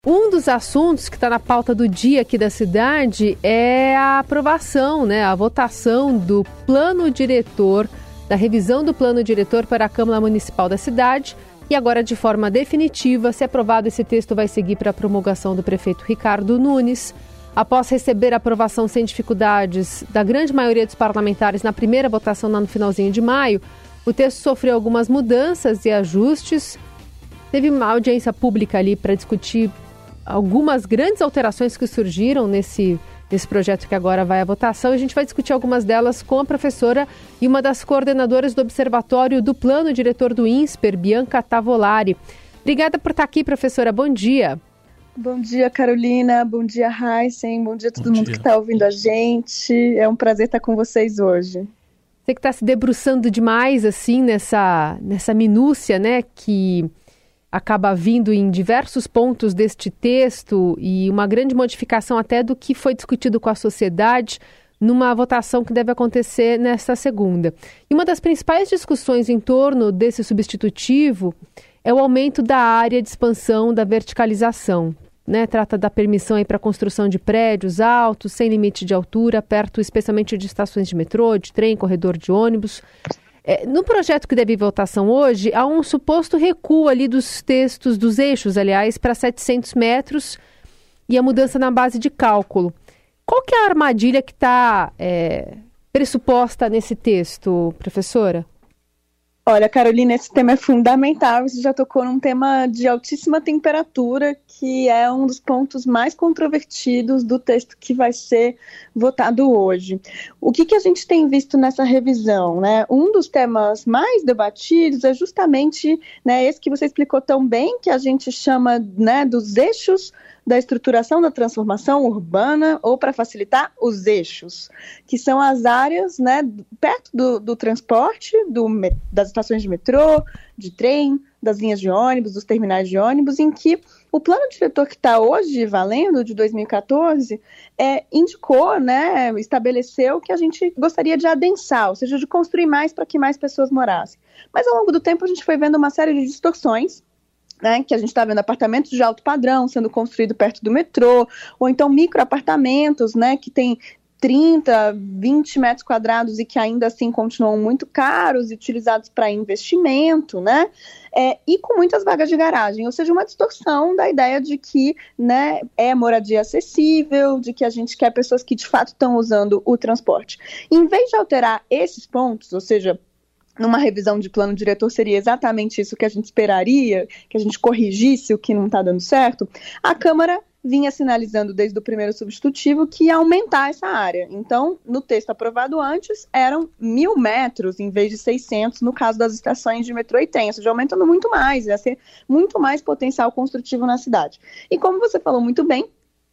Um dos assuntos que está na pauta do dia aqui da cidade é a aprovação, a votação do plano diretor, da revisão do plano diretor para a Câmara Municipal da cidade. E agora, de forma definitiva, se aprovado, esse texto vai seguir para a promulgação do prefeito Ricardo Nunes. Após receber a aprovação sem dificuldades da grande maioria dos parlamentares na primeira votação lá no finalzinho de maio, o texto sofreu algumas mudanças e ajustes. Teve uma audiência pública ali para discutir algumas grandes alterações que surgiram nesse projeto que agora vai à votação. A gente vai discutir algumas delas com a professora e uma das coordenadoras do Observatório do Plano Diretor do INSPER, Bianca Tavolari. Obrigada por estar aqui, professora. Bom dia. Bom dia, Carolina. Bom dia, Heisen. Bom dia a todo mundo que está ouvindo a gente. É um prazer estar com vocês hoje. Você que está se debruçando demais assim nessa minúcia, que acaba vindo em diversos pontos deste texto e uma grande modificação até do que foi discutido com a sociedade numa votação que deve acontecer nesta segunda. E uma das principais discussões em torno desse substitutivo é o aumento da área de expansão da verticalização. Trata da permissão para a construção de prédios altos, sem limite de altura, perto especialmente de estações de metrô, de trem, corredor de ônibus. No projeto que deve ir votação hoje, há um suposto recuo ali dos eixos, para 700 metros e a mudança na base de cálculo. Qual que é a armadilha que está pressuposta nesse texto, professora? Olha, Carolina, esse tema é fundamental. Você já tocou num tema de altíssima temperatura, que é um dos pontos mais controvertidos do texto que vai ser votado hoje. O que a gente tem visto nessa revisão? Um dos temas mais debatidos é justamente esse que você explicou tão bem, que a gente chama dos eixos da estruturação da transformação urbana, ou para facilitar, os eixos, que são as áreas perto do transporte, das estações de metrô, de trem, das linhas de ônibus, dos terminais de ônibus, em que o plano diretor que está hoje valendo, de 2014, indicou, estabeleceu que a gente gostaria de adensar, ou seja, de construir mais para que mais pessoas morassem. Mas ao longo do tempo a gente foi vendo uma série de distorções, que a gente está vendo apartamentos de alto padrão sendo construídos perto do metrô, ou então microapartamentos, que tem 30, 20 metros quadrados e que ainda assim continuam muito caros e utilizados para investimento, e com muitas vagas de garagem, ou seja, uma distorção da ideia de que é moradia acessível, de que a gente quer pessoas que de fato estão usando o transporte. Em vez de alterar esses pontos, ou seja, numa revisão de plano diretor seria exatamente isso que a gente esperaria, que a gente corrigisse o que não está dando certo, a Câmara vinha sinalizando desde o primeiro substitutivo que ia aumentar essa área. Então, no texto aprovado antes, eram 1.000 metros em vez de 600, no caso das estações de metrô e trem, ou seja, aumentando muito mais, ia ser muito mais potencial construtivo na cidade. E como você falou muito bem,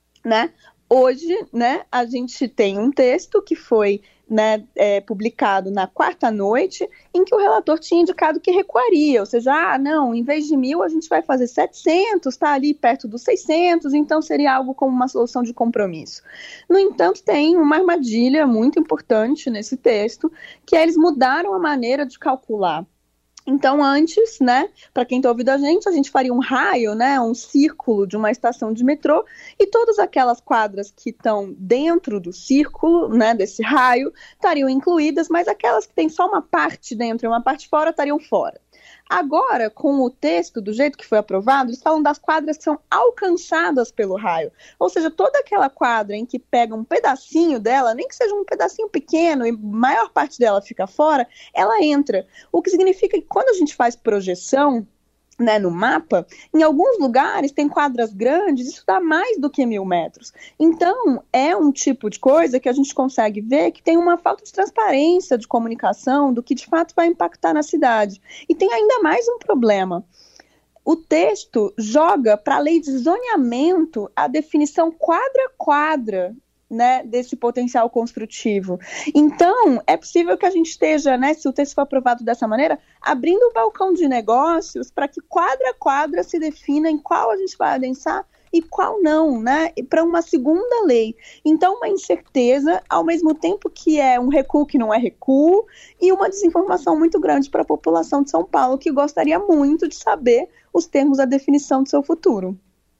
hoje, a gente tem um texto que foi publicado na quarta noite, em que o relator tinha indicado que recuaria, ou seja, em vez de 1.000 a gente vai fazer 700, está ali perto dos 600, então seria algo como uma solução de compromisso. No entanto, tem uma armadilha muito importante nesse texto, que é eles mudaram a maneira de calcular. Então, antes, para quem está ouvindo a gente faria um raio, um círculo de uma estação de metrô, e todas aquelas quadras que estão dentro do círculo, desse raio, estariam incluídas, mas aquelas que têm só uma parte dentro e uma parte fora, estariam fora. Agora, com o texto, do jeito que foi aprovado, eles falam das quadras que são alcançadas pelo raio. Ou seja, toda aquela quadra em que pega um pedacinho dela, nem que seja um pedacinho pequeno e a maior parte dela fica fora, ela entra. O que significa que quando a gente faz projeção, no mapa, em alguns lugares tem quadras grandes, isso dá mais do que 1.000 metros. Então, é um tipo de coisa que a gente consegue ver que tem uma falta de transparência de comunicação do que de fato vai impactar na cidade. E tem ainda mais um problema. O texto joga para a lei de zoneamento a definição quadra-quadra desse potencial construtivo. Então, é possível que a gente esteja, se o texto for aprovado dessa maneira, abrindo o balcão de negócios para que quadra a quadra se defina em qual a gente vai adensar e qual não, e para uma segunda lei. Então, uma incerteza, ao mesmo tempo que é um recuo que não é recuo, e uma desinformação muito grande para a população de São Paulo, que gostaria muito de saber os termos da definição do seu futuro.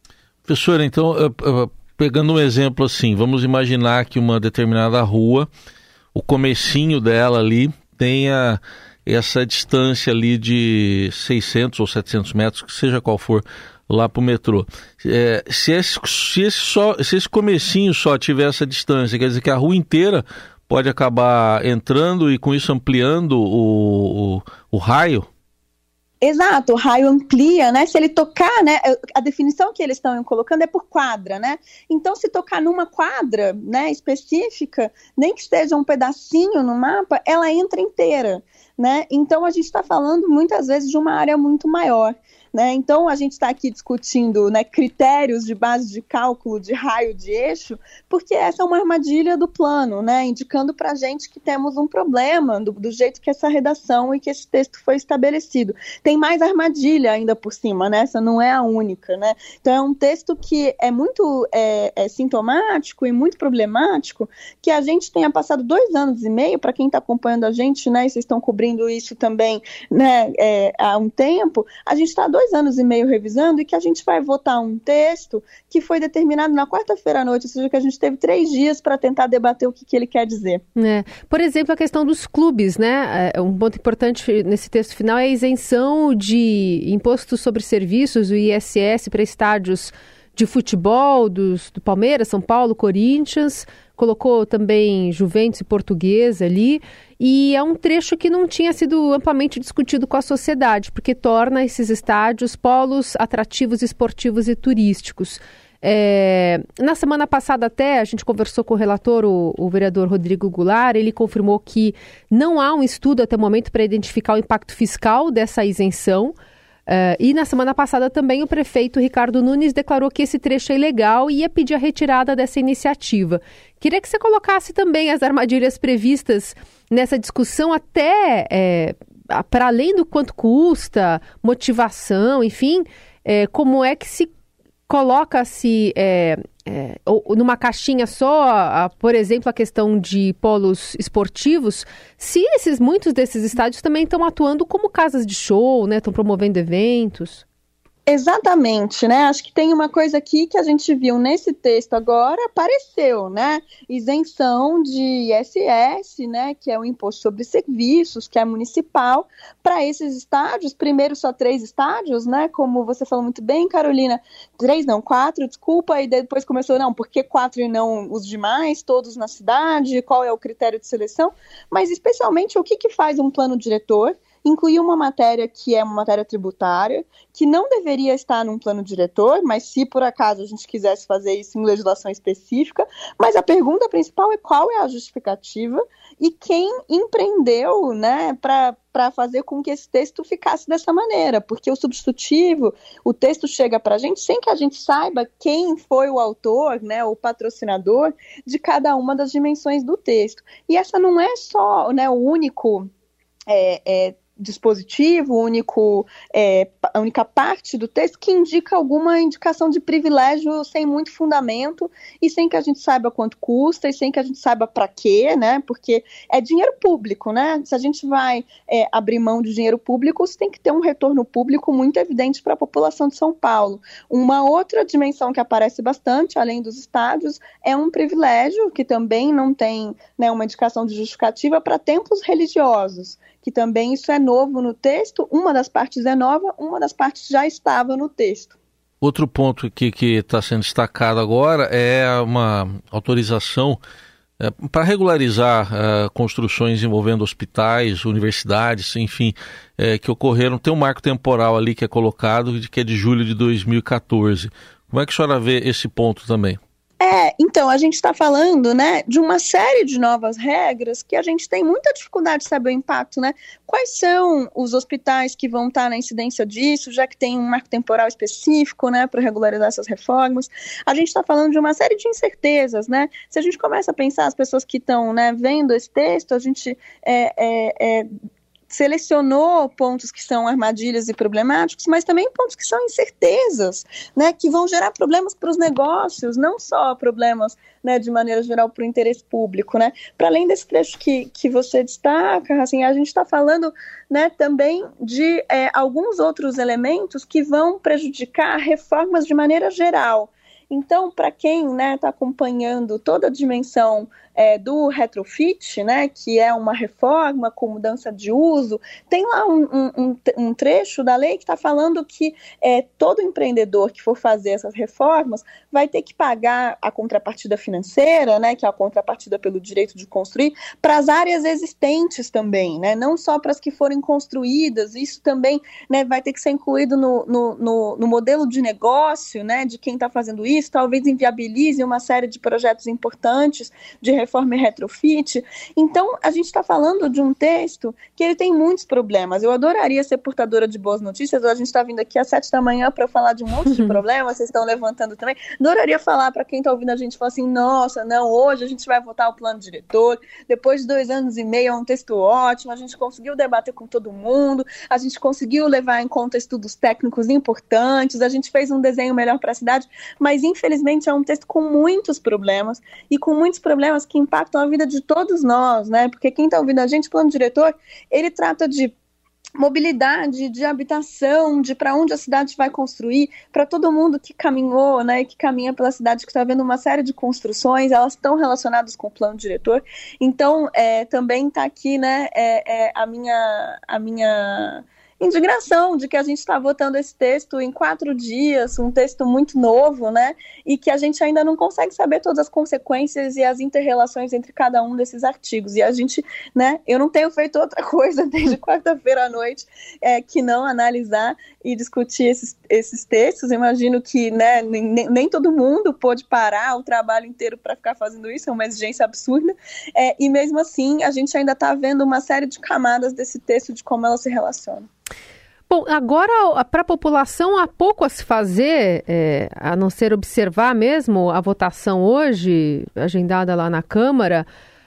Professora, então, pegando um exemplo assim, vamos imaginar que uma determinada rua, o comecinho dela ali tenha essa distância ali de 600 ou 700 metros, que seja qual for, lá para o metrô. Se esse comecinho só tiver essa distância, quer dizer que a rua inteira pode acabar entrando e com isso ampliando o raio? Exato, o raio amplia, né? Se ele tocar, né? A definição que eles estão colocando é por quadra, né? Então, se tocar numa quadra, né, específica, nem que esteja um pedacinho no mapa, ela entra inteira, né? Então, a gente está falando muitas vezes de uma área muito maior. Né? Então, a gente está aqui discutindo, né, critérios de base de cálculo de raio de eixo, porque essa é uma armadilha do plano, né, indicando para a gente que temos um problema do jeito que essa redação e que esse texto foi estabelecido. Tem mais armadilha ainda por cima, né? Essa não é a única. Né? Então, é um texto que é muito sintomático e muito problemático, que a gente tenha passado 2 anos e meio, para quem está acompanhando a gente, né, e vocês estão cobrindo isso também, né, há um tempo, a gente está 2 anos e meio revisando e que a gente vai votar um texto que foi determinado na quarta-feira à noite, ou seja, que a gente teve 3 dias para tentar debater o que ele quer dizer. Por exemplo, a questão dos clubes, né? Um ponto importante nesse texto final é a isenção de imposto sobre serviços, o ISS, para estádios de futebol do Palmeiras, São Paulo, Corinthians, colocou também Juventus e Portuguesa ali, e é um trecho que não tinha sido amplamente discutido com a sociedade, porque torna esses estádios polos atrativos esportivos e turísticos. Na semana passada até, a gente conversou com o relator, o vereador Rodrigo Goulart, ele confirmou que não há um estudo até o momento para identificar o impacto fiscal dessa isenção. E na semana passada também o prefeito Ricardo Nunes declarou que esse trecho é ilegal e ia pedir a retirada dessa iniciativa. Queria que você colocasse também as armadilhas previstas nessa discussão, até para além do quanto custa, motivação, enfim, como é que se coloca-se numa caixinha só, por exemplo, a questão de polos esportivos, se muitos desses estádios também estão atuando como casas de show, né? Estão promovendo eventos. Exatamente, né? Acho que tem uma coisa aqui que a gente viu nesse texto agora, apareceu, né? Isenção de ISS, né? Que é o Imposto sobre Serviços, que é municipal, para esses estádios. Primeiro só 3 estádios, né? Como você falou muito bem, Carolina. 3 não, 4, desculpa, e depois começou, não, por que 4 e não os demais, todos na cidade? Qual é o critério de seleção? Mas especialmente o que faz um plano diretor? Incluir uma matéria que é uma matéria tributária, que não deveria estar num plano diretor, mas se por acaso a gente quisesse fazer isso em legislação específica, mas a pergunta principal é qual é a justificativa e quem empreendeu, né, para fazer com que esse texto ficasse dessa maneira, porque o substitutivo, o texto chega para a gente sem que a gente saiba quem foi o autor, né, o patrocinador de cada uma das dimensões do texto. E essa não é só, né, o único dispositivo, a única parte do texto que indica alguma indicação de privilégio sem muito fundamento e sem que a gente saiba quanto custa e sem que a gente saiba para quê, né? Porque é dinheiro público, né? Se a gente vai abrir mão de dinheiro público, você tem que ter um retorno público muito evidente para a população de São Paulo. Uma outra dimensão que aparece bastante, além dos estádios, é um privilégio que também não tem, né, uma indicação de justificativa para templos religiosos, que também isso é novo no texto, uma das partes é nova, uma das partes já estava no texto. Outro ponto que está sendo destacado agora é uma autorização para regularizar construções envolvendo hospitais, universidades, enfim, que ocorreram. Tem um marco temporal ali que é colocado, que é de julho de 2014. Como é que a senhora vê esse ponto também? Então, a gente está falando, né, de uma série de novas regras que a gente tem muita dificuldade de saber o impacto, né? Quais são os hospitais que vão estar na incidência disso, já que tem um marco temporal específico, né, para regularizar essas reformas? A gente está falando de uma série de incertezas, né? Se a gente começa a pensar as pessoas que estão, né, vendo esse texto, a gente selecionou pontos que são armadilhas e problemáticos, mas também pontos que são incertezas, né, que vão gerar problemas para os negócios, não só problemas, né, de maneira geral para o interesse público, né. Para além desse trecho que você destaca, assim, a gente está falando, né, também de alguns outros elementos que vão prejudicar reformas de maneira geral. Então, para quem está acompanhando toda a dimensão do retrofit, né, que é uma reforma com mudança de uso, tem lá um trecho da lei que está falando que todo empreendedor que for fazer essas reformas vai ter que pagar a contrapartida financeira, né, que é a contrapartida pelo direito de construir, para as áreas existentes também, né, não só para as que forem construídas. Isso também, né, vai ter que ser incluído no modelo de negócio, né, de quem está fazendo isso. Talvez inviabilize uma série de projetos importantes de reforma e retrofit. Então, a gente está falando de um texto que ele tem muitos problemas. Eu adoraria ser portadora de boas notícias. A gente está vindo aqui às 7 da manhã para falar de um monte de problemas, vocês estão levantando também. Adoraria falar para quem está ouvindo a gente, falar assim, nossa, não, hoje a gente vai votar o plano diretor, depois de 2 anos e meio é um texto ótimo, a gente conseguiu debater com todo mundo, a gente conseguiu levar em conta estudos técnicos importantes, a gente fez um desenho melhor para a cidade, mas infelizmente é um texto com muitos problemas, e com muitos problemas que impactam a vida de todos nós, né? Porque quem está ouvindo a gente, o plano diretor, ele trata de mobilidade, de habitação, de para onde a cidade vai construir, para todo mundo que caminhou, né, que caminha pela cidade, que está vendo uma série de construções, elas estão relacionadas com o plano diretor. Então, também está aqui, né, a minha indignação de que a gente está votando esse texto em 4 dias, um texto muito novo, né, e que a gente ainda não consegue saber todas as consequências e as inter-relações entre cada um desses artigos. E a gente, né, eu não tenho feito outra coisa desde quarta-feira à noite que não analisar e discutir esses textos. Eu imagino que, né, nem todo mundo pôde parar o trabalho inteiro para ficar fazendo isso, é uma exigência absurda, e mesmo assim a gente ainda está vendo uma série de camadas desse texto, de como elas se relacionam. Bom, agora para a população há pouco a se fazer, a não ser observar mesmo a votação hoje, agendada lá na Câmara,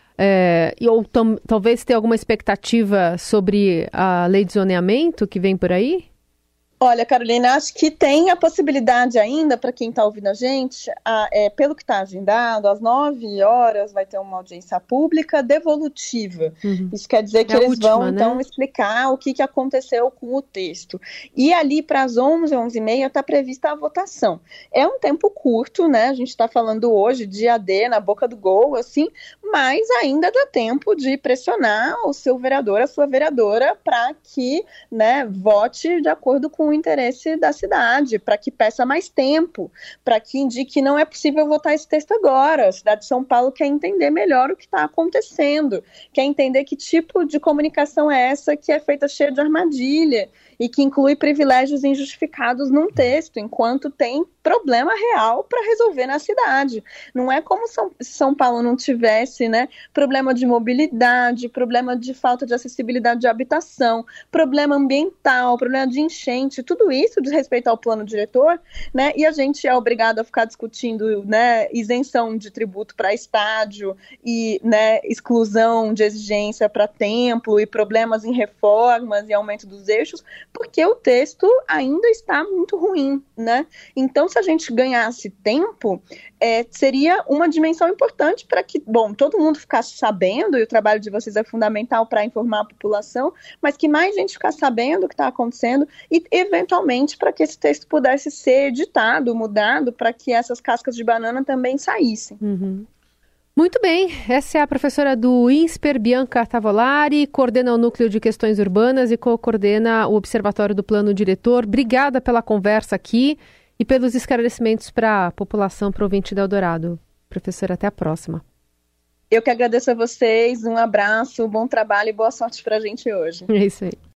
ou talvez ter alguma expectativa sobre a lei de zoneamento que vem por aí? Olha, Carolina, acho que tem a possibilidade ainda, para quem está ouvindo a gente, pelo que está agendado, às 9 horas vai ter uma audiência pública devolutiva. Uhum. Isso quer dizer que eles vão, então, explicar o que aconteceu com o texto. E ali para as 11, 11h30 está prevista a votação. É um tempo curto, né? A gente está falando hoje de AD na boca do gol, assim, mas ainda dá tempo de pressionar o seu vereador, a sua vereadora, para que, né, vote de acordo com o interesse da cidade, para que peça mais tempo, para que indique que não é possível votar esse texto agora. A cidade de São Paulo quer entender melhor o que está acontecendo, quer entender que tipo de comunicação é essa que é feita cheia de armadilha e que inclui privilégios injustificados num texto, enquanto tem problema real para resolver na cidade. Não é como se São Paulo não tivesse, né, problema de mobilidade, problema de falta de acessibilidade de habitação, problema ambiental, problema de enchente, tudo isso diz respeito ao plano diretor, né, e a gente é obrigado a ficar discutindo, né, isenção de tributo para estádio e, né, exclusão de exigência para templo e problemas em reformas e aumento dos eixos, porque o texto ainda está muito ruim, né? Então, se a gente ganhasse tempo, seria uma dimensão importante para que, bom, todo mundo ficasse sabendo, e o trabalho de vocês é fundamental para informar a população, mas que mais gente ficasse sabendo o que está acontecendo e, eventualmente, para que esse texto pudesse ser editado, mudado, para que essas cascas de banana também saíssem. Uhum. Muito bem, essa é a professora do INSPER, Bianca Tavolari, coordena o Núcleo de Questões Urbanas e coordena o Observatório do Plano Diretor. Obrigada pela conversa aqui e pelos esclarecimentos para a população, para o ouvinte da Eldorado. Professora, até a próxima. Eu que agradeço a vocês, um abraço, bom trabalho e boa sorte para a gente hoje. É isso aí.